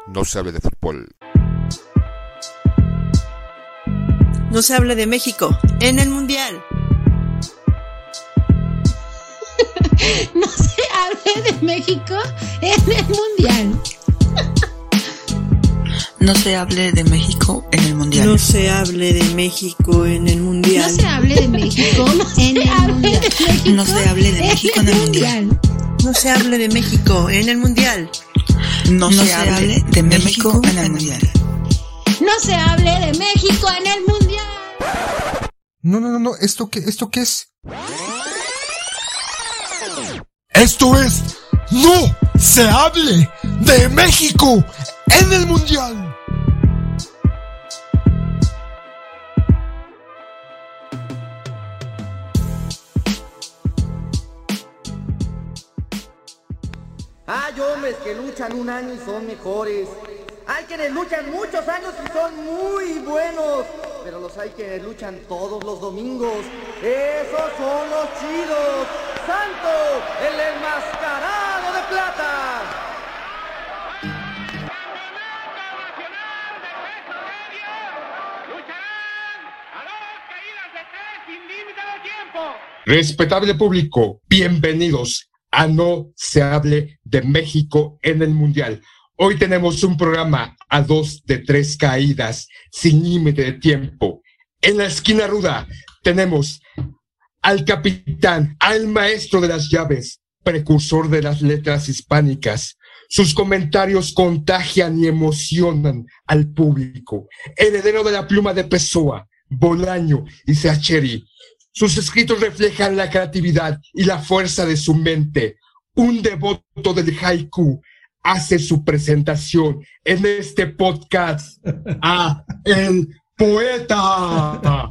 no se hable de fútbol. No se hable de México en el Mundial. No se hable de México en el Mundial. No se hable de México en el Mundial. No se hable de México en el Mundial. No se hable de México en el Mundial. No se hable de México en el Mundial. No se hable de México en el Mundial. No se hable de México en el Mundial. No se hable de México en el Mundial. No, ¿esto qué es? Esto es No se hable de México en el Mundial. Hay hombres que luchan un año y son mejores. Hay quienes luchan muchos años y son muy buenos. Pero los hay quienes luchan todos los domingos. Esos son los chidos. ¡Santo, el enmascarado de plata! Respetable público, bienvenidos a No se hable de México en el Mundial. Hoy tenemos un programa a 2 de 3 caídas, sin límite de tiempo. En la esquina ruda tenemos al capitán, al maestro de las llaves, precursor de las letras hispánicas. Sus comentarios contagian y emocionan al público. Heredero de la pluma de Pessoa, Bolaño y Sacheri. Sus escritos reflejan la creatividad y la fuerza de su mente. Un devoto del haiku hace su presentación en este podcast a el poeta.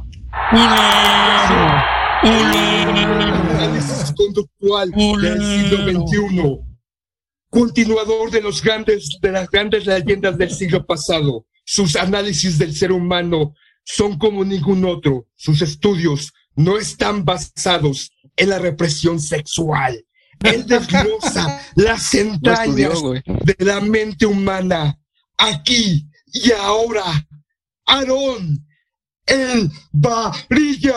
Análisis conductual del siglo XXI. Continuador de las grandes leyendas del siglo pasado. Sus análisis del ser humano son como ningún otro. Sus estudios no están basados en la represión sexual. Él desglosa las entrañas de la mente humana. Aquí y ahora, Aarón, el Varilla.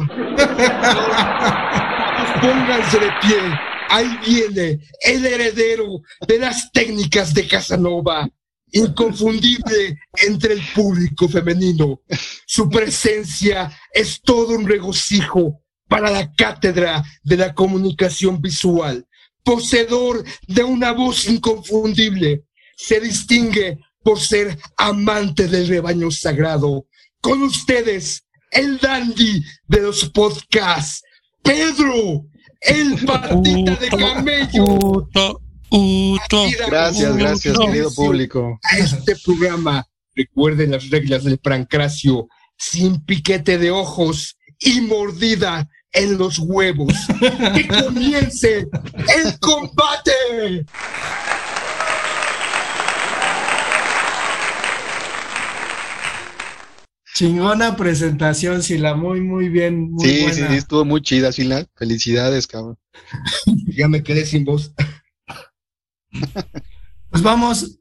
Pónganse de pie. Ahí viene el heredero de las técnicas de Casanova. Inconfundible entre el público femenino. Su presencia es todo un regocijo para la cátedra de la comunicación visual. Poseedor de una voz inconfundible, se distingue por ser amante del rebaño sagrado. Con ustedes, el dandy de los podcasts, Pedro, el patita de camello. Gracias, querido público. A este programa, recuerden las reglas del pancracio: sin piquete de ojos y mordida en los huevos. ¡Que comience el combate! Chingona presentación, Sila, muy bien, muy buena. Sí, estuvo muy chida, Sila. Felicidades, cabrón. Ya me quedé sin voz. Pues vamos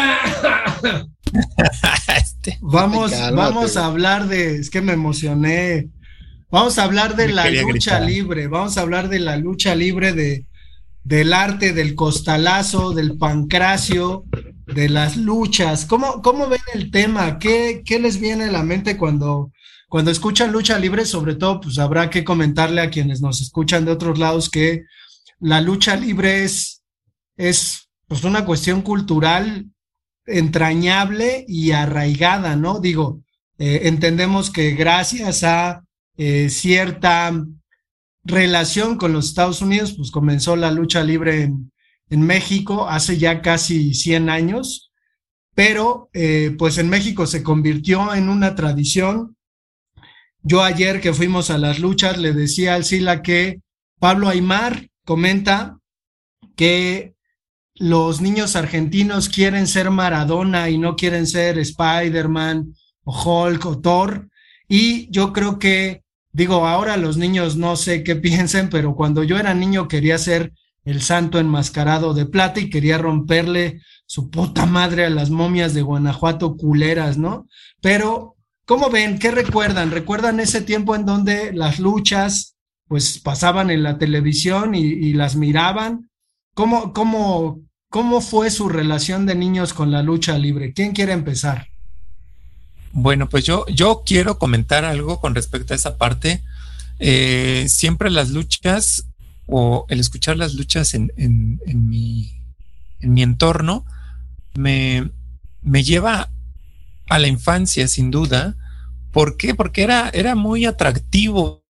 a hablar de, es que me emocioné. Vamos a hablar de la lucha libre, vamos a hablar de la lucha libre, del arte, del costalazo, del pancracio, de las luchas. ¿Cómo ven el tema? ¿Qué les viene a la mente cuando escuchan lucha libre? Sobre todo, pues habrá que comentarle a quienes nos escuchan de otros lados que la lucha libre es pues una cuestión cultural entrañable y arraigada, ¿no? Digo, entendemos que gracias a cierta relación con los Estados Unidos, pues comenzó la lucha libre en México hace ya casi 100 años, pero pues en México se convirtió en una tradición. Yo ayer que fuimos a las luchas le decía al Sila que Pablo Aimar comenta que los niños argentinos quieren ser Maradona y no quieren ser Spider-Man o Hulk o Thor, y yo creo que, digo, ahora los niños no sé qué piensen, pero cuando yo era niño quería ser el santo enmascarado de plata y quería romperle su puta madre a las momias de Guanajuato culeras, ¿no? Pero, ¿cómo ven? ¿Qué recuerdan? ¿Recuerdan ese tiempo en donde las luchas pues pasaban en la televisión y las miraban? ¿Cómo fue su relación de niños con la lucha libre? ¿Quién quiere empezar? Bueno, pues yo quiero comentar algo con respecto a esa parte. Siempre las luchas o el escuchar las luchas en mi entorno me lleva a la infancia, sin duda. ¿Por qué? Porque era muy atractivo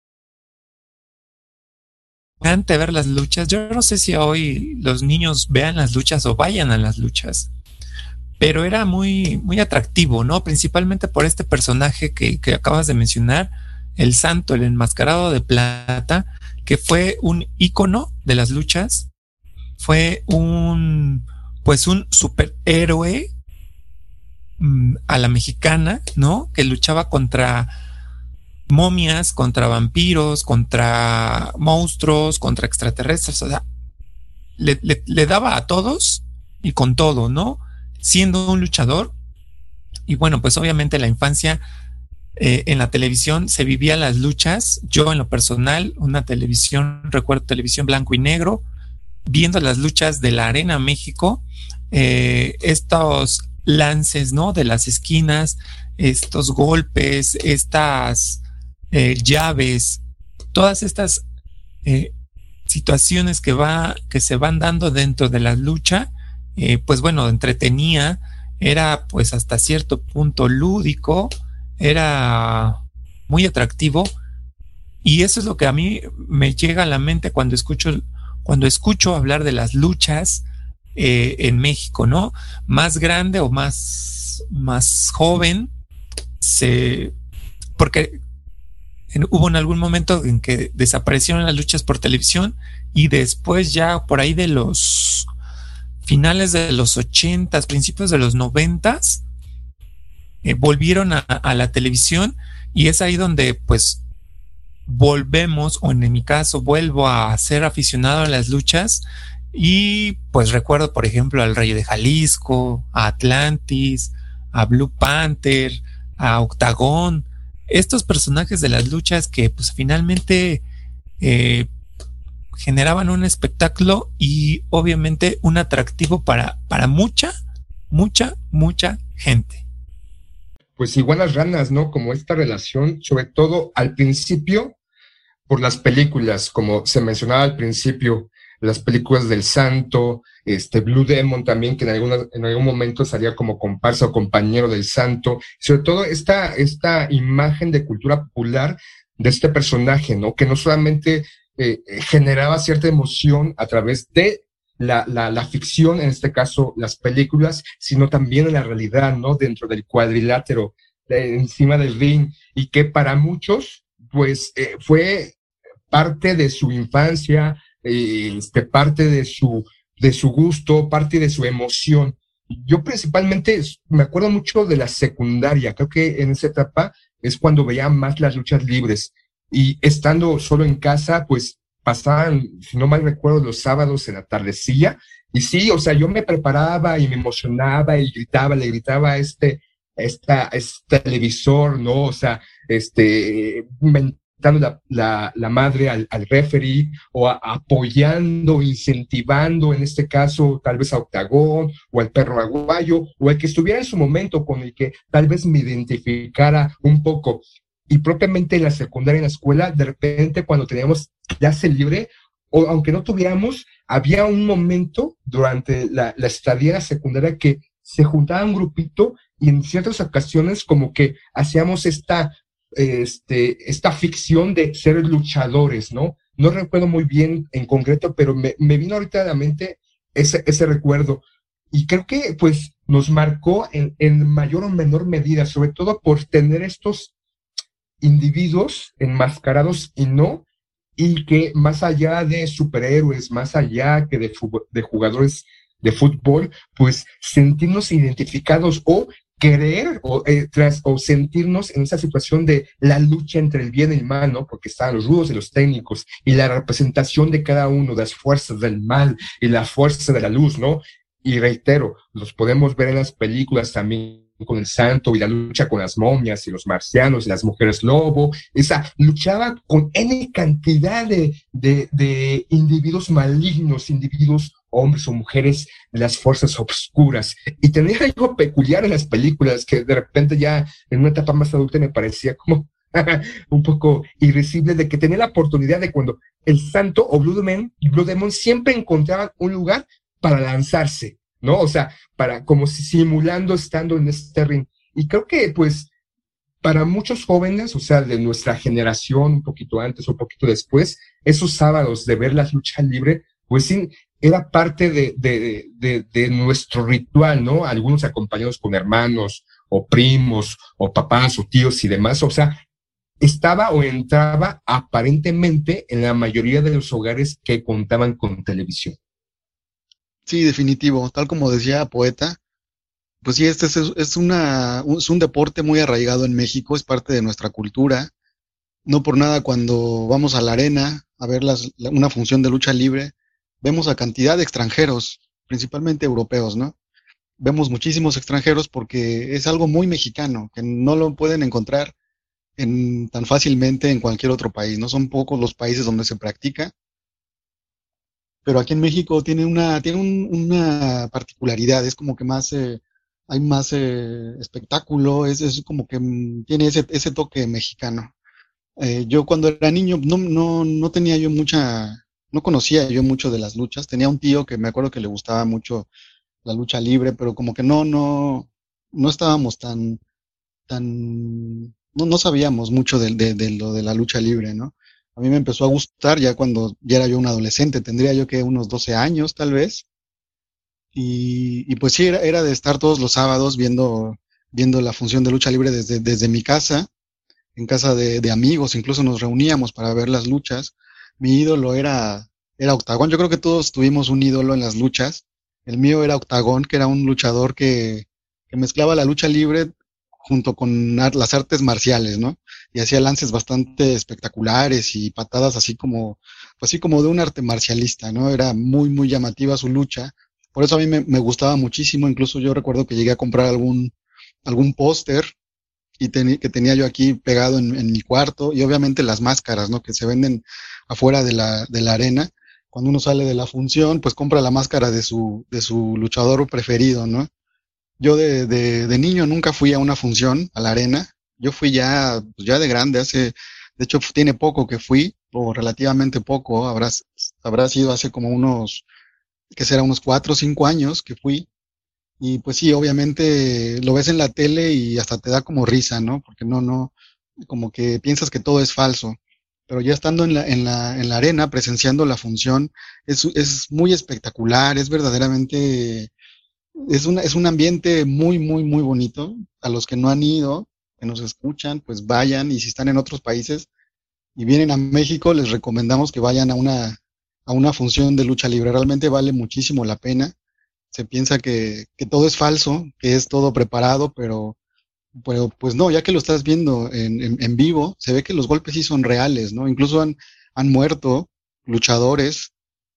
antes ver las luchas. Yo no sé si hoy los niños vean las luchas o vayan a las luchas, pero era muy, muy atractivo, ¿no? Principalmente por este personaje que acabas de mencionar, el Santo, el enmascarado de plata, que fue un ícono de las luchas, fue un superhéroe a la mexicana, ¿no? Que luchaba contra momias, contra vampiros, contra monstruos, contra extraterrestres, o sea, le daba a todos y con todo, ¿no? Siendo un luchador. Y bueno, pues obviamente la infancia en la televisión se vivía las luchas. Yo en lo personal, recuerdo televisión blanco y negro, viendo las luchas de la Arena México, estos lances, ¿no? De las esquinas, estos golpes, estas llaves, todas estas situaciones que se van dando dentro de la lucha, pues bueno, entretenía, era pues hasta cierto punto lúdico, era muy atractivo, y eso es lo que a mí me llega a la mente cuando escucho hablar de las luchas en México, ¿no? Más grande o más joven, porque hubo en algún momento en que desaparecieron las luchas por televisión, y después ya por ahí de los finales de los 80s, principios de los 90s, volvieron a la televisión, y es ahí donde pues volvemos, o en mi caso vuelvo a ser aficionado a las luchas. Y pues recuerdo, por ejemplo, al Rey de Jalisco, a Atlantis, a Blue Panther, a Octagón, estos personajes de las luchas que pues finalmente generaban un espectáculo y obviamente un atractivo para mucha gente. Pues igual las ranas, ¿no? Como esta relación, sobre todo al principio, por las películas, como se mencionaba al principio, las películas del Santo, Blue Demon también, que en algún momento salía como comparsa o compañero del Santo, sobre todo esta imagen de cultura popular de este personaje, ¿no? Que no solamente generaba cierta emoción a través de la ficción, en este caso las películas, sino también en la realidad, ¿no? Dentro del cuadrilátero, encima del ring, y que para muchos, pues, fue parte de su infancia, parte de su gusto, parte de su emoción. Yo principalmente me acuerdo mucho de la secundaria. Creo que en esa etapa es cuando veía más las luchas libres, y estando solo en casa, pues pasaban, si no mal recuerdo, los sábados en la tardecilla, y sí, o sea, yo me preparaba y me emocionaba y le gritaba a este televisor, ¿no? O sea, dando la madre al referee, o apoyando, incentivando, en este caso, tal vez a Octagón, o al Perro Aguayo, o el que estuviera en su momento con el que tal vez me identificara un poco. Y propiamente en la secundaria, en la escuela, de repente cuando teníamos clase libre, o aunque no tuviéramos, había un momento durante la estadía en la secundaria que se juntaba un grupito, y en ciertas ocasiones como que hacíamos esta ficción de ser luchadores, ¿no? No recuerdo muy bien en concreto, pero me vino ahorita a la mente ese recuerdo. Y creo que pues nos marcó en mayor o menor medida, sobre todo por tener estos individuos enmascarados y que más allá de superhéroes, más allá que de jugadores de fútbol, pues sentirnos identificados o querer o sentirnos en esa situación de la lucha entre el bien y el mal, ¿no? Porque estaban los rudos y los técnicos, y la representación de cada uno, de las fuerzas del mal y la fuerza de la luz, ¿no? y reitero, los podemos ver en las películas también con el santo y la lucha con las momias y los marcianos y las mujeres lobo. Esa luchaba con N cantidad de individuos malignos, individuos, hombres o mujeres de las fuerzas obscuras. Y tenía algo peculiar en las películas que de repente ya en una etapa más adulta me parecía como un poco irrisible, de que tenía la oportunidad de cuando el santo o Blue Demon siempre encontraban un lugar para lanzarse, ¿no? O sea, como si simulando estando en este ring. Y creo que, pues, para muchos jóvenes, o sea, de nuestra generación, un poquito antes o un poquito después, esos sábados de ver las luchas libres, pues sí, era parte de nuestro ritual, ¿no? Algunos acompañados con hermanos, o primos, o papás, o tíos y demás. O sea, estaba o entraba aparentemente en la mayoría de los hogares que contaban con televisión. Sí, definitivo. Tal como decía Poeta, pues sí, este es un deporte muy arraigado en México, es parte de nuestra cultura. No por nada, cuando vamos a la arena a ver una función de lucha libre, vemos a cantidad de extranjeros, principalmente europeos, ¿no? Vemos muchísimos extranjeros porque es algo muy mexicano, que no lo pueden encontrar tan fácilmente en cualquier otro país, ¿no? Son pocos los países donde se practica. Pero aquí en México tiene una particularidad, es como que hay más espectáculo, es como que tiene ese toque mexicano. Yo cuando era niño no tenía yo no conocía yo mucho de las luchas. Tenía un tío que me acuerdo que le gustaba mucho la lucha libre, pero como que no estábamos no sabíamos mucho de lo de la lucha libre, ¿no? A mí me empezó a gustar ya cuando ya era yo un adolescente, tendría yo que unos 12 años tal vez. Y pues sí, era de estar todos los sábados viendo la función de lucha libre desde mi casa, en casa de amigos, incluso nos reuníamos para ver las luchas. Mi ídolo era Octagón. Yo creo que todos tuvimos un ídolo en las luchas. El mío era Octagón, que era un luchador que mezclaba la lucha libre junto con las artes marciales, ¿no? Y hacía lances bastante espectaculares y patadas así como de un arte marcialista, ¿no? Era muy, muy llamativa su lucha. Por eso a mí me gustaba muchísimo. Incluso yo recuerdo que llegué a comprar algún póster que tenía yo aquí pegado en mi cuarto, y obviamente las máscaras, ¿no? Que se venden afuera de la arena. Cuando uno sale de la función, pues compra la máscara de su luchador preferido, ¿no? Yo de niño nunca fui a una función a la arena. Yo fui ya de grande, de hecho tiene poco que fui, o relativamente poco, habrá sido hace como unos 4 o 5 años que fui. Y pues sí, obviamente lo ves en la tele y hasta te da como risa, ¿no? Porque no, como que piensas que todo es falso. Pero ya estando en la arena, presenciando la función, es muy espectacular, es verdaderamente, es un ambiente muy, muy, muy bonito. A los que no han ido, que nos escuchan, pues vayan, y si están en otros países y vienen a México, les recomendamos que vayan a una función de lucha libre. Realmente vale muchísimo la pena. Se piensa que todo es falso, que es todo preparado, pero pues no, ya que lo estás viendo en vivo, se ve que los golpes sí son reales, ¿no? Incluso han muerto luchadores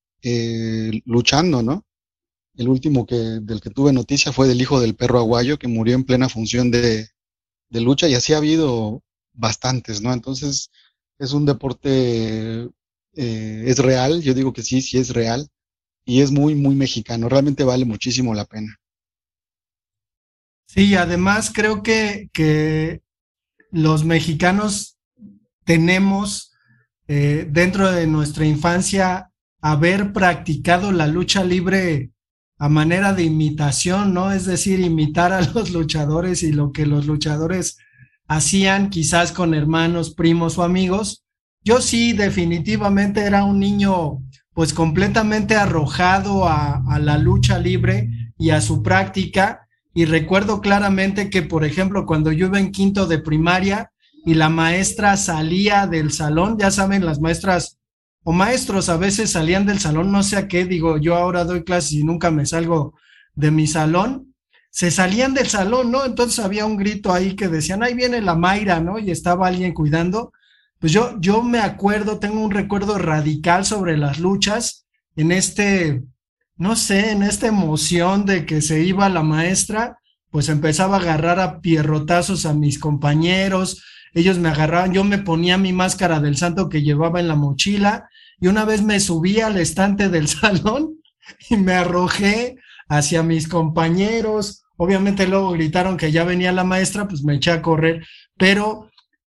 luchando, ¿no? El último del que tuve noticia fue del hijo del perro aguayo, que murió en plena función de lucha, y así ha habido bastantes, ¿no? Entonces, es un deporte, es real, yo digo que sí es real, y es muy, muy mexicano, realmente vale muchísimo la pena. Sí, además creo que los mexicanos tenemos dentro de nuestra infancia haber practicado la lucha libre a manera de imitación, ¿no? Es decir, imitar a los luchadores y lo que los luchadores hacían, quizás con hermanos, primos o amigos. Yo sí, definitivamente era un niño pues completamente arrojado a la lucha libre y a su práctica. Y recuerdo claramente que, por ejemplo, cuando yo iba en quinto de primaria y la maestra salía del salón, ya saben, las maestras o maestros a veces salían del salón, no sé a qué, digo, yo ahora doy clases y nunca me salgo de mi salón, se salían del salón, ¿no? Entonces había un grito ahí que decían, ahí viene la Mayra, ¿no? Y estaba alguien cuidando. Pues yo me acuerdo, tengo un recuerdo radical sobre las luchas en este no sé, en esta emoción de que se iba la maestra, pues empezaba a agarrar a pierrotazos a mis compañeros, ellos me agarraban, yo me ponía mi máscara del santo que llevaba en la mochila y una vez me subí al estante del salón y me arrojé hacia mis compañeros. Obviamente luego gritaron que ya venía la maestra, pues me eché a correr, pero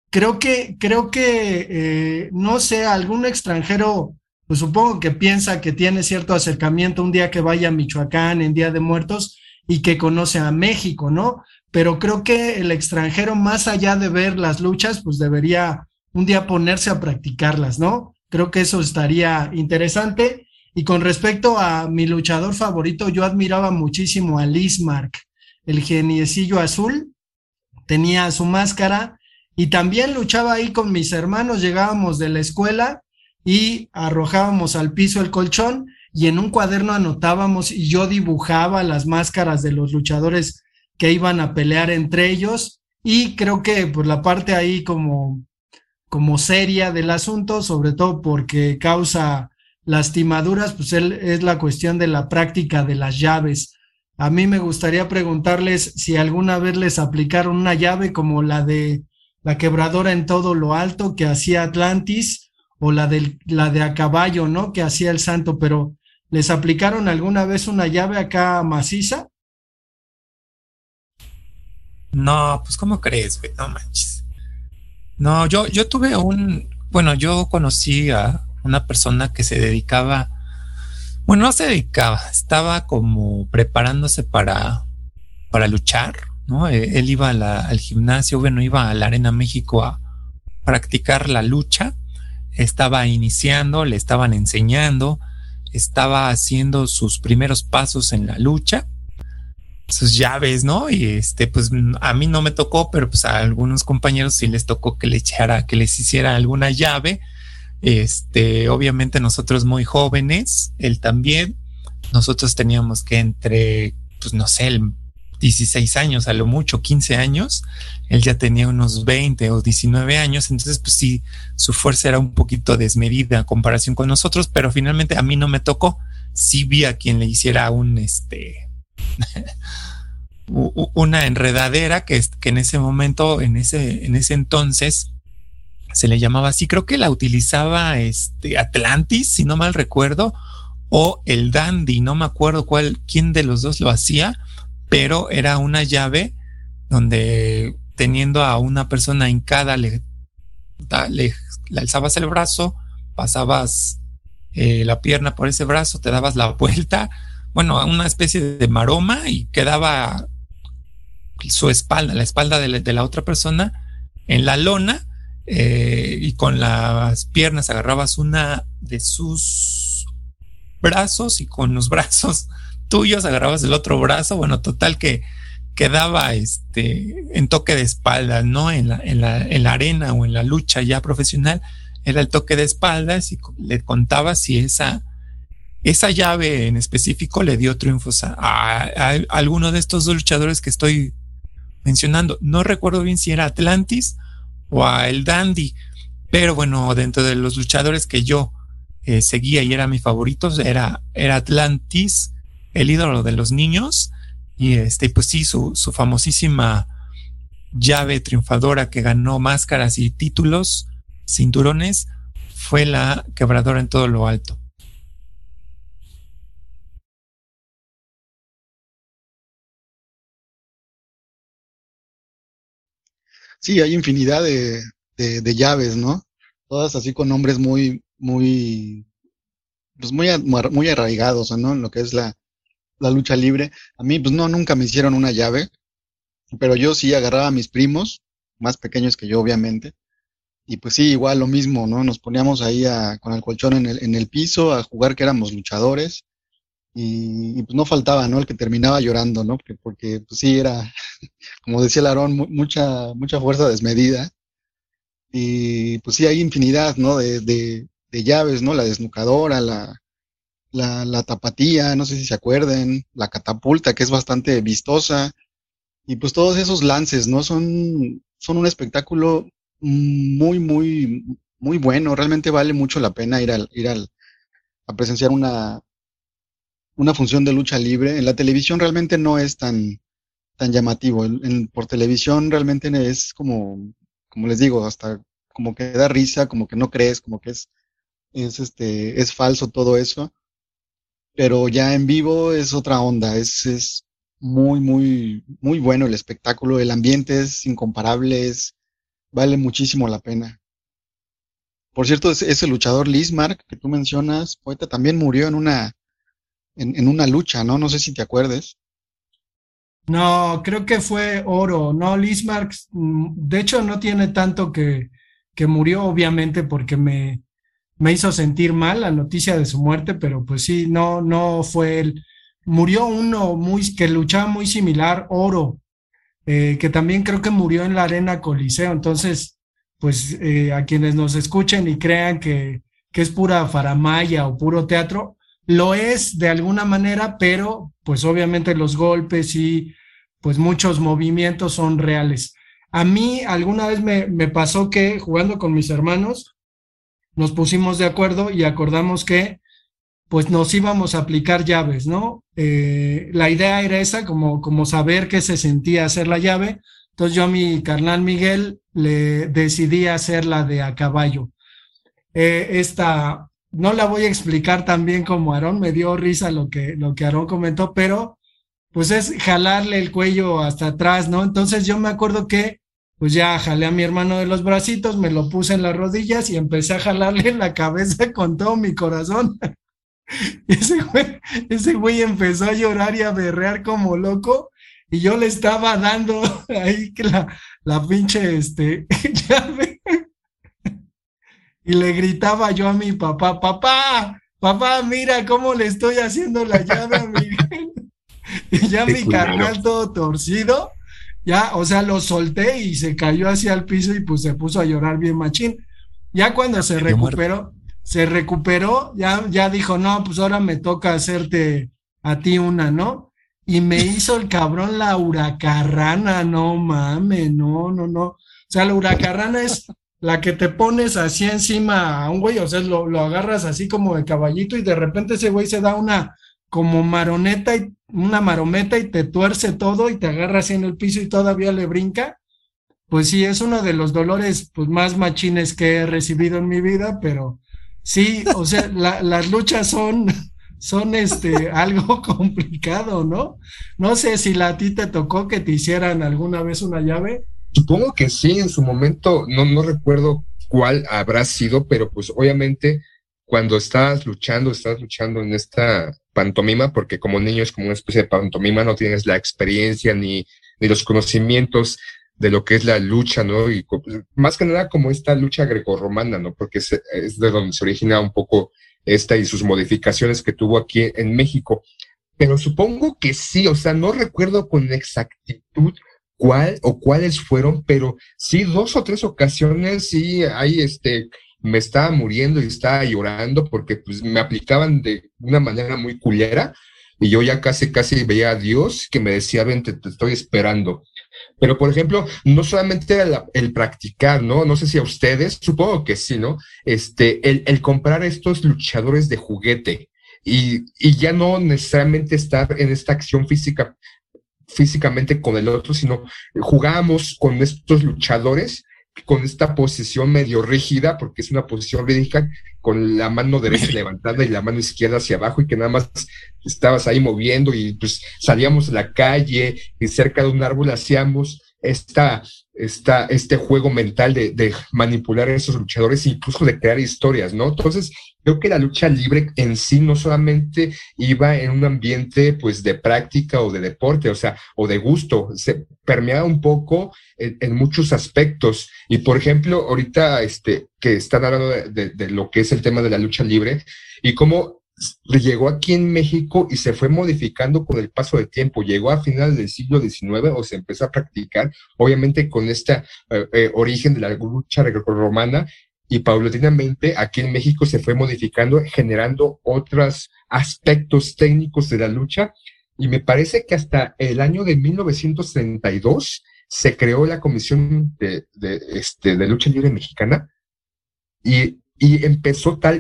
creo que no sé, algún extranjero, pues supongo que piensa que tiene cierto acercamiento un día que vaya a Michoacán en Día de Muertos y que conoce a México, ¿no? Pero creo que el extranjero, más allá de ver las luchas, pues debería un día ponerse a practicarlas, ¿no? Creo que eso estaría interesante. Y con respecto a mi luchador favorito, yo admiraba muchísimo a Lismark, el geniecillo azul, tenía su máscara y también luchaba ahí con mis hermanos, llegábamos de la escuela y arrojábamos al piso el colchón y en un cuaderno anotábamos y yo dibujaba las máscaras de los luchadores que iban a pelear entre ellos y creo que pues la parte ahí como seria del asunto, sobre todo porque causa lastimaduras, pues es la cuestión de la práctica de las llaves. A mí me gustaría preguntarles si alguna vez les aplicaron una llave como la de la quebradora en todo lo alto que hacía Atlantis o la de a caballo, ¿no? Que hacía el santo, pero ¿les aplicaron alguna vez una llave acá maciza? No, pues ¿cómo crees, güey? No manches. No, yo tuve bueno, yo conocí a una persona que se dedicaba, bueno, no se dedicaba, estaba como preparándose para luchar, ¿no? Él iba al gimnasio, bueno, iba a la Arena México a practicar la lucha, estaba iniciando, le estaban enseñando, estaba haciendo sus primeros pasos en la lucha, sus llaves, ¿no? Y pues a mí no me tocó, pero pues a algunos compañeros sí les tocó que les hiciera alguna llave. Obviamente nosotros muy jóvenes, él también, nosotros teníamos que entre, pues no sé, 16 años, a lo mucho 15 años, él ya tenía unos 20 o 19 años, entonces pues sí, su fuerza era un poquito desmedida en comparación con nosotros, pero finalmente a mí no me tocó, sí vi a quien le hiciera una enredadera que en ese momento, en ese entonces, se le llamaba así, creo que la utilizaba Atlantis, si no mal recuerdo, o el Dandy, no me acuerdo quién de los dos lo hacía, pero era una llave donde teniendo a una persona hincada le alzabas el brazo, pasabas la pierna por ese brazo, te dabas la vuelta, bueno, una especie de maroma y quedaba su espalda, la espalda de la otra persona en la lona, y con las piernas agarrabas una de sus brazos y con los brazos tuyos agarrabas el otro brazo, bueno, total que quedaba en toque de espaldas, ¿no? En la arena o en la lucha ya profesional era el toque de espaldas y le contaba si esa llave en específico le dio triunfos a alguno de estos dos luchadores que estoy mencionando. No recuerdo bien si era Atlantis o a el Dandy, pero bueno, dentro de los luchadores que yo seguía y era mi favorito, era Atlantis, el ídolo de los niños, y pues sí, su famosísima llave triunfadora que ganó máscaras y títulos, cinturones, fue la quebradora en todo lo alto. Sí, hay infinidad de llaves, ¿no? Todas así con nombres pues muy arraigados, ¿no? En lo que es la lucha libre. A mí, pues no, nunca me hicieron una llave, pero yo sí agarraba a mis primos, más pequeños que yo, obviamente, y pues sí, igual lo mismo, ¿no? Nos poníamos ahí con el colchón en el piso a jugar que éramos luchadores, y pues no faltaba, ¿no? El que terminaba llorando, ¿no? Porque pues sí, era, como decía Larón, mucha fuerza desmedida, y pues sí, hay infinidad, ¿no? De llaves, ¿no? La desnucadora, la tapatía, no sé si se acuerden, la catapulta, que es bastante vistosa, y pues todos esos lances, ¿no? Son un espectáculo muy bueno, realmente vale mucho la pena ir a presenciar una función de lucha libre. En la televisión realmente no es tan llamativo. Por televisión realmente es como les digo, hasta como que da risa, como que no crees, como que es falso todo eso. Pero ya en vivo es otra onda, es muy, muy, muy bueno el espectáculo, el ambiente es incomparable, vale muchísimo la pena. Por cierto, ese luchador Lismark que tú mencionas, poeta, también murió en una lucha, ¿no? No sé si te acuerdes. No, creo que fue Oro, no, Lismark, de hecho no tiene tanto que murió, obviamente, porque me hizo sentir mal la noticia de su muerte, pero pues sí, no fue él. Murió uno que luchaba muy similar, Oro, que también creo que murió en la Arena Coliseo. Entonces, pues a quienes nos escuchen y crean que es pura faramaya o puro teatro, lo es de alguna manera, pero pues obviamente los golpes y pues muchos movimientos son reales. A mí alguna vez me pasó que jugando con mis hermanos nos pusimos de acuerdo y acordamos que pues nos íbamos a aplicar llaves, ¿no? La idea era esa, como saber qué se sentía hacer la llave. Entonces yo a mi carnal Miguel le decidí hacer la de a caballo. Esta no la voy a explicar tan bien como Aarón, me dio risa lo que Aarón comentó, pero pues es jalarle el cuello hasta atrás, ¿no? Entonces yo me acuerdo que pues ya jalé a mi hermano de los bracitos, me lo puse en las rodillas y empecé a jalarle en la cabeza con todo mi corazón. Ese güey empezó a llorar y a berrear como loco y yo le estaba dando ahí que la pinche llave y le gritaba yo a mi papá, papá, mira cómo le estoy haciendo la llave a Miguel. Y ya mi carnal todo torcido, ya, o sea, lo solté y se cayó hacia el piso y pues se puso a llorar bien machín. Ya cuando se recuperó, ya dijo, no, pues ahora me toca hacerte a ti una, ¿no? Y me hizo el cabrón la huracarrana, no mames, no. O sea, la huracarrana es la que te pones así encima a un güey, o sea, lo agarras así como de caballito y de repente ese güey se da una marometa y te tuerce todo y te agarra así en el piso y todavía le brinca. Pues sí, es uno de los dolores pues más machines que he recibido en mi vida, pero sí, o sea, las luchas son algo complicado, ¿no? No sé si a ti te tocó que te hicieran alguna vez una llave. Supongo que sí, en su momento, no recuerdo cuál habrá sido, pero pues obviamente cuando estás luchando en esta pantomima, porque como niño es como una especie de pantomima, no tienes la experiencia ni los conocimientos de lo que es la lucha, ¿no? Y más que nada como esta lucha grecorromana, ¿no? Porque es de donde se origina un poco esta y sus modificaciones que tuvo aquí en México. Pero supongo que sí, o sea, no recuerdo con exactitud cuál o cuáles fueron, pero sí 2 o 3 ocasiones sí ahí me estaba muriendo y estaba llorando porque pues me aplicaban de una manera muy culera y yo ya casi veía a Dios que me decía, ven, te estoy esperando. Pero, por ejemplo, no solamente era el practicar, ¿no? No sé si a ustedes, supongo que sí, ¿no? El comprar estos luchadores de juguete y ya no necesariamente estar en esta acción físicamente con el otro, sino jugábamos con estos luchadores con esta posición medio rígida, porque es una posición rígida, con la mano derecha levantada y la mano izquierda hacia abajo, y que nada más estabas ahí moviendo, y pues salíamos a la calle y cerca de un árbol hacíamos este juego mental de manipular a esos luchadores, incluso de crear historias, ¿no? Entonces, creo que la lucha libre en sí no solamente iba en un ambiente pues de práctica o de deporte, o sea, o de gusto, se permeaba un poco en muchos aspectos. Y por ejemplo, ahorita que están hablando de lo que es el tema de la lucha libre y cómo llegó aquí en México y se fue modificando con el paso del tiempo. Llegó a finales del siglo XIX o se empezó a practicar, obviamente con este origen de la lucha grecorromana, y paulatinamente aquí en México se fue modificando, generando otros aspectos técnicos de la lucha, y me parece que hasta el año de 1932 se creó la Comisión de Lucha Libre Mexicana y empezó tal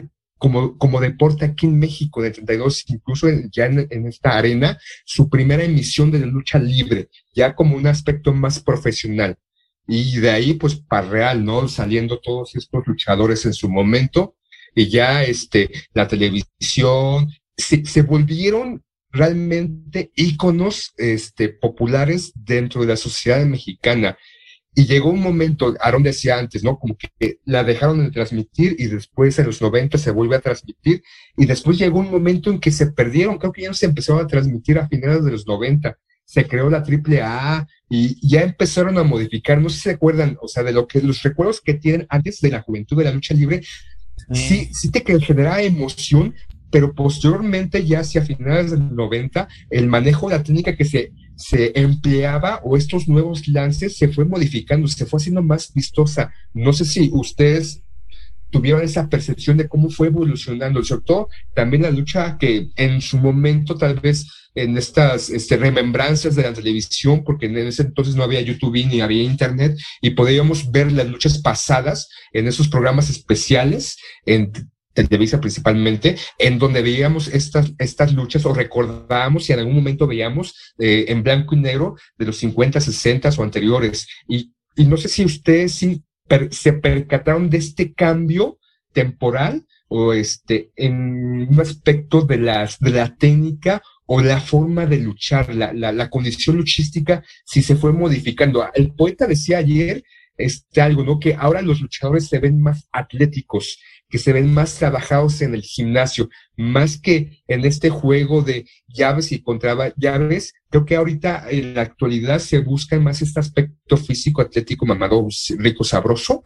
como deporte aquí en México de 32, incluso ya en esta arena, su primera emisión de la lucha libre, ya como un aspecto más profesional. Y de ahí, pues, para real, ¿no? Saliendo todos estos luchadores en su momento, y ya la televisión, se volvieron realmente íconos populares dentro de la sociedad mexicana. Y llegó un momento, Aaron decía antes, ¿no? Como que la dejaron de transmitir y después en los 90 se vuelve a transmitir y después llegó un momento en que se perdieron, creo que ya no se empezó a transmitir a finales de los 90. Se creó la AAA y ya empezaron a modificar, no sé si se acuerdan, o sea, de los recuerdos que tienen antes de la juventud de la lucha libre, sí te generaba emoción, pero posteriormente, ya hacia finales del 90, el manejo de la técnica que se empleaba o estos nuevos lances se fue modificando, se fue haciendo más vistosa. No sé si ustedes tuvieron esa percepción de cómo fue evolucionando, sobre todo también la lucha que en su momento tal vez en estas remembranzas de la televisión, porque en ese entonces no había YouTube ni había internet y podíamos ver las luchas pasadas en esos programas especiales en Televisa principalmente, en donde veíamos estas luchas o recordábamos y en algún momento veíamos en blanco y negro de los 50, 60 o anteriores. Y no sé si ustedes se percataron de este cambio temporal o en un aspecto de la técnica o la forma de luchar, la condición luchística, si se fue modificando. El poeta decía ayer algo, ¿no? Que ahora los luchadores se ven más atléticos, que se ven más trabajados en el gimnasio, más que en este juego de llaves y contra llaves. Creo que ahorita en la actualidad se busca más este aspecto físico, atlético, mamado, rico, sabroso,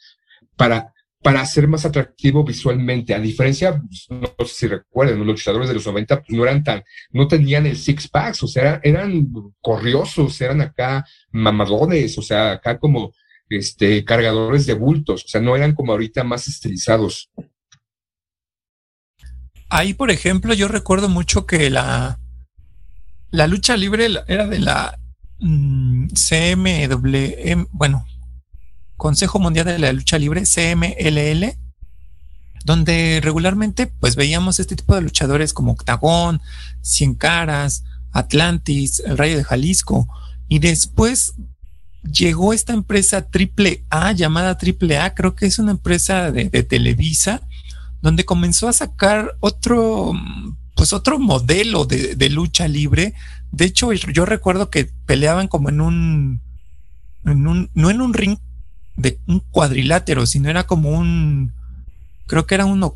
para ser más atractivo visualmente. A diferencia, pues, no sé si recuerdan, los luchadores de los 90 pues no tenían el six packs, o sea, eran corriosos, eran acá mamadones, o sea, acá como cargadores de bultos, o sea, no eran como ahorita más estilizados. Ahí, por ejemplo, yo recuerdo mucho que la lucha libre era de la CMW, bueno, Consejo Mundial de la Lucha Libre, CMLL, donde regularmente pues veíamos este tipo de luchadores como Octagón, Cien Caras, Atlantis, el Rayo de Jalisco, y después llegó esta empresa AAA, llamada AAA, creo que es una empresa de Televisa, donde comenzó a sacar otro modelo de lucha libre. De hecho, yo recuerdo que peleaban como no en un ring de un cuadrilátero, sino era como creo que era un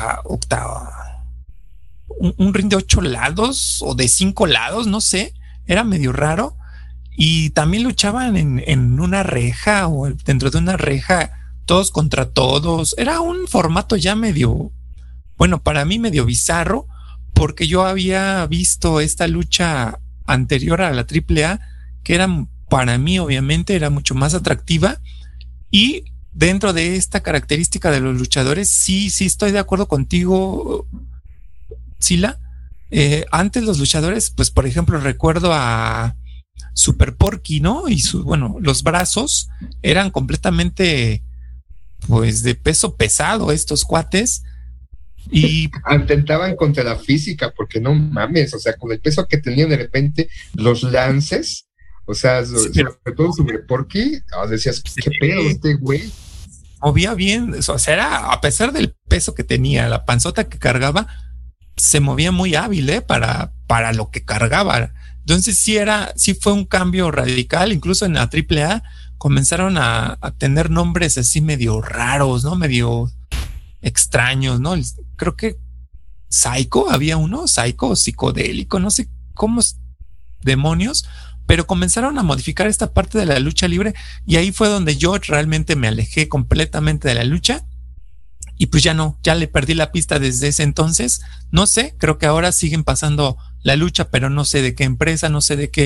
un ring de 8 lados o de 5 lados, no sé, era medio raro. Y también luchaban en una reja o dentro de una reja, todos contra todos. Era un formato ya medio, bueno, para mí medio bizarro, porque yo había visto esta lucha anterior a la AAA, que era, para mí obviamente, era mucho más atractiva. Y dentro de esta característica de los luchadores, sí estoy de acuerdo contigo, Sila. Antes los luchadores, pues por ejemplo, recuerdo a Super Porky, ¿no? Y los brazos eran completamente, pues, de peso pesado estos cuates. Y atentaban contra la física, porque no mames, o sea, con el peso que tenían de repente los lances, o sea, sobre todo Super Porky, decías, ¿qué pedo este güey? Movía bien, o sea, era, a pesar del peso que tenía, la panzota que cargaba, se movía muy hábil, para lo que cargaba. Entonces sí fue un cambio radical. Incluso en la AAA comenzaron a tener nombres así medio raros, ¿no? Medio extraños, ¿no? Creo que Psycho, había uno, Psycho, psicodélico, no sé cómo demonios, pero comenzaron a modificar esta parte de la lucha libre y ahí fue donde yo realmente me alejé completamente de la lucha y pues ya le perdí la pista desde ese entonces. No sé, creo que ahora siguen pasando la lucha, pero no sé de qué empresa, no sé de qué,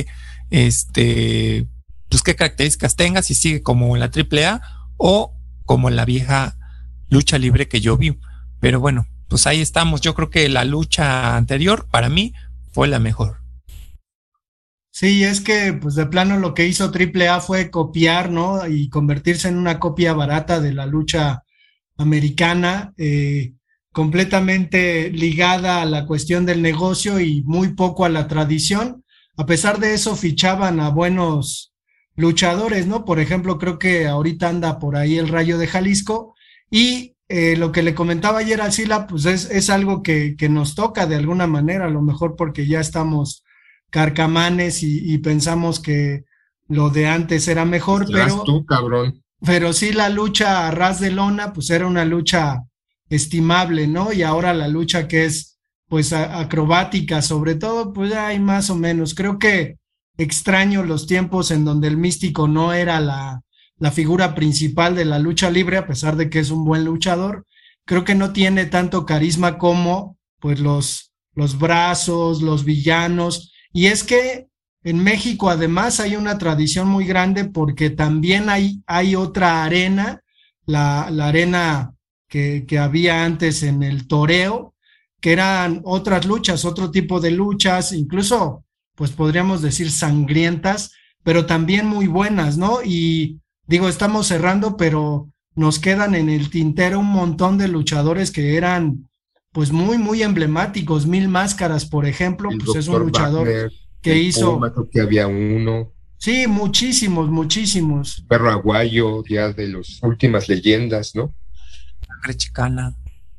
pues qué características tenga, si sigue como en la AAA o como en la vieja lucha libre que yo vi. Pero bueno, pues ahí estamos. Yo creo que la lucha anterior para mí fue la mejor. Sí, es que pues de plano lo que hizo AAA fue copiar, ¿no? Y convertirse en una copia barata de la lucha americana, completamente ligada a la cuestión del negocio y muy poco a la tradición. A pesar de eso, fichaban a buenos luchadores, ¿no? Por ejemplo, creo que ahorita anda por ahí el Rayo de Jalisco y lo que le comentaba ayer al Sila, pues es algo que nos toca de alguna manera, a lo mejor porque ya estamos carcamanes y pensamos que lo de antes era mejor, pero tú, cabrón. Pero sí, la lucha a ras de lona, pues era una lucha estimable, ¿no? Y ahora la lucha que es, pues, acrobática, sobre todo, pues hay más o menos. Creo que extraño los tiempos en donde el Místico no era la figura principal de la lucha libre, a pesar de que es un buen luchador. Creo que no tiene tanto carisma como, pues, los Brazos, los Villanos. Y es que en México, además, hay una tradición muy grande porque también hay otra arena, la arena que había antes en el toreo, que eran otras luchas, otro tipo de luchas, incluso, pues podríamos decir sangrientas, pero también muy buenas, ¿no? Y digo, estamos cerrando, pero nos quedan en el tintero un montón de luchadores que eran, pues, muy, muy emblemáticos. Mil Máscaras, por ejemplo, El pues es un Dr. luchador Wagner, que el hizo... Puma, creo que había uno. Sí, muchísimos. Perro Aguayo, ya de las últimas leyendas, ¿no? Sangre Chicana.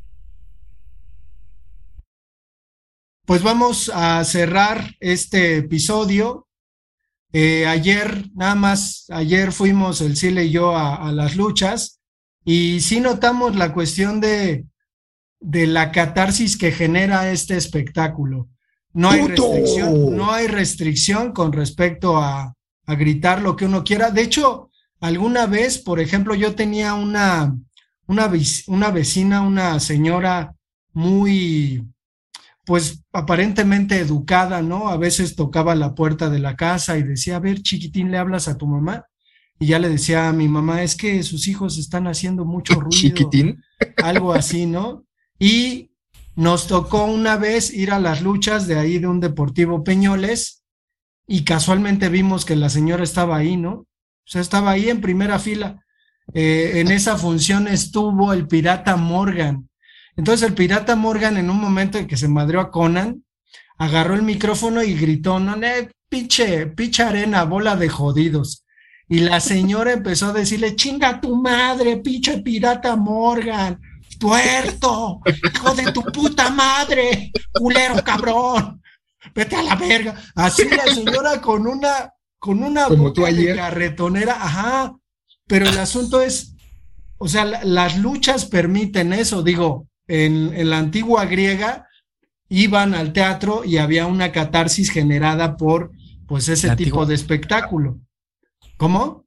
Pues vamos a cerrar este episodio. Ayer fuimos el Sile y yo a las luchas y sí notamos la cuestión de la catarsis que genera este espectáculo. No hay restricción con respecto a gritar lo que uno quiera. De hecho, alguna vez, por ejemplo, yo tenía una vecina, una señora muy, pues, aparentemente educada, ¿no? A veces tocaba la puerta de la casa y decía, a ver, chiquitín, ¿le hablas a tu mamá? Y ya le decía a mi mamá, es que sus hijos están haciendo mucho ruido. Chiquitín. Algo así, ¿no? Y nos tocó una vez ir a las luchas de ahí de un Deportivo Peñoles y casualmente vimos que la señora estaba ahí, ¿no? O sea, estaba ahí en primera fila. En esa función estuvo el Pirata Morgan. Entonces el Pirata Morgan, en un momento en que se madreó a Conan, agarró el micrófono y gritó, no, pinche arena, bola de jodidos. Y la señora empezó a decirle, chinga tu madre, pinche Pirata Morgan, tuerto, hijo de tu puta madre, culero cabrón, vete a la verga. Así la señora con una boca de carretonera, ajá. Pero el asunto es, o sea, las luchas permiten eso. Digo, en la antigua griega iban al teatro y había una catarsis generada por, pues, ese tipo de espectáculo. ¿Cómo?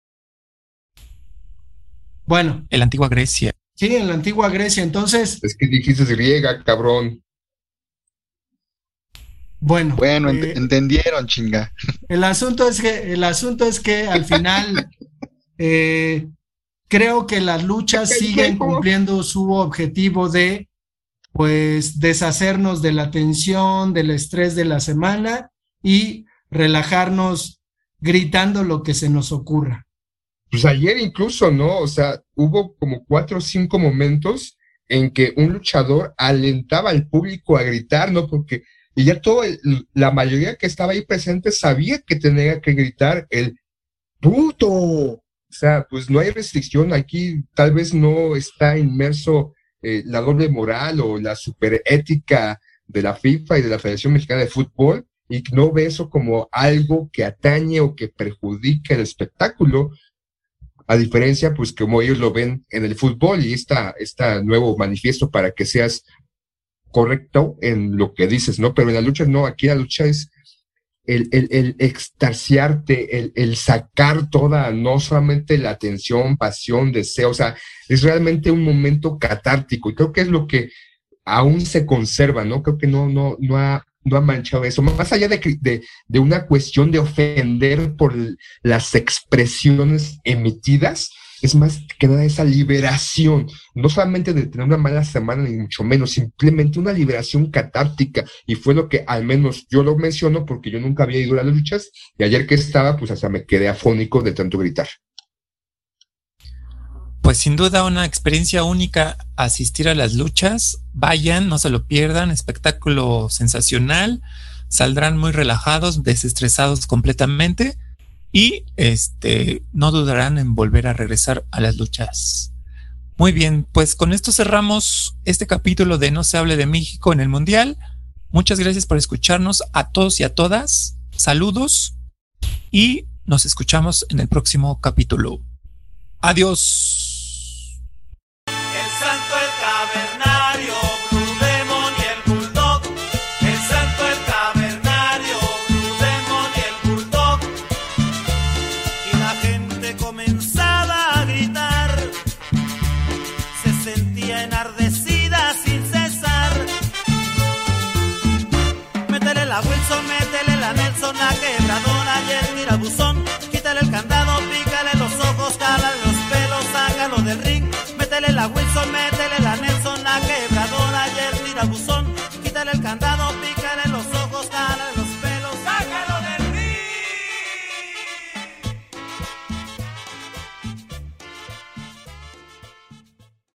Bueno. En la antigua Grecia. Sí, en la antigua Grecia. Entonces. Es que dijiste griega, cabrón. Bueno, entendieron, chinga. El asunto es que al final creo que las luchas siguen cumpliendo su objetivo de, pues, deshacernos de la tensión, del estrés de la semana y relajarnos gritando lo que se nos ocurra. Pues ayer incluso, ¿no? O sea, hubo como 4 o 5 momentos en que un luchador alentaba al público a gritar, ¿no? Porque y ya la mayoría que estaba ahí presente sabía que tenía que gritar el puto. O sea, pues no hay restricción aquí, tal vez no está inmerso la doble moral o la superética de la FIFA y de la Federación Mexicana de Fútbol, y no ve eso como algo que atañe o que perjudique el espectáculo, a diferencia, pues, como ellos lo ven en el fútbol, y esta nuevo manifiesto para que seas correcto en lo que dices, ¿no? Pero en la lucha no, aquí la lucha es el extasiarte, el sacar toda, no solamente la tensión, pasión, deseo, o sea, es realmente un momento catártico, y creo que es lo que aún se conserva, ¿no? Creo que no ha manchado eso, más allá de una cuestión de ofender por las expresiones emitidas, es más que nada esa liberación, no solamente de tener una mala semana, ni mucho menos, simplemente una liberación catártica, y fue lo que al menos yo lo menciono porque yo nunca había ido a las luchas, y ayer que estaba, pues hasta me quedé afónico de tanto gritar. pues sin duda una experiencia única asistir a las luchas. Vayan, no se lo pierdan, espectáculo sensacional, saldrán muy relajados, desestresados completamente y no dudarán en volver a regresar a las luchas. Muy bien, pues con esto cerramos este capítulo de No se hable de México en el Mundial. Muchas gracias por escucharnos a todos y a todas. Saludos y nos escuchamos en el próximo capítulo. Adiós. El santo, el cavernario, Blue Demon y el Bulldog. El santo, el cavernario, Blue Demon y el Bulldog. Y la gente comenzaba a gritar, se sentía enardecida sin cesar. Métele la Wilson, métele la Nelson, la quebradora y el tirabuzón.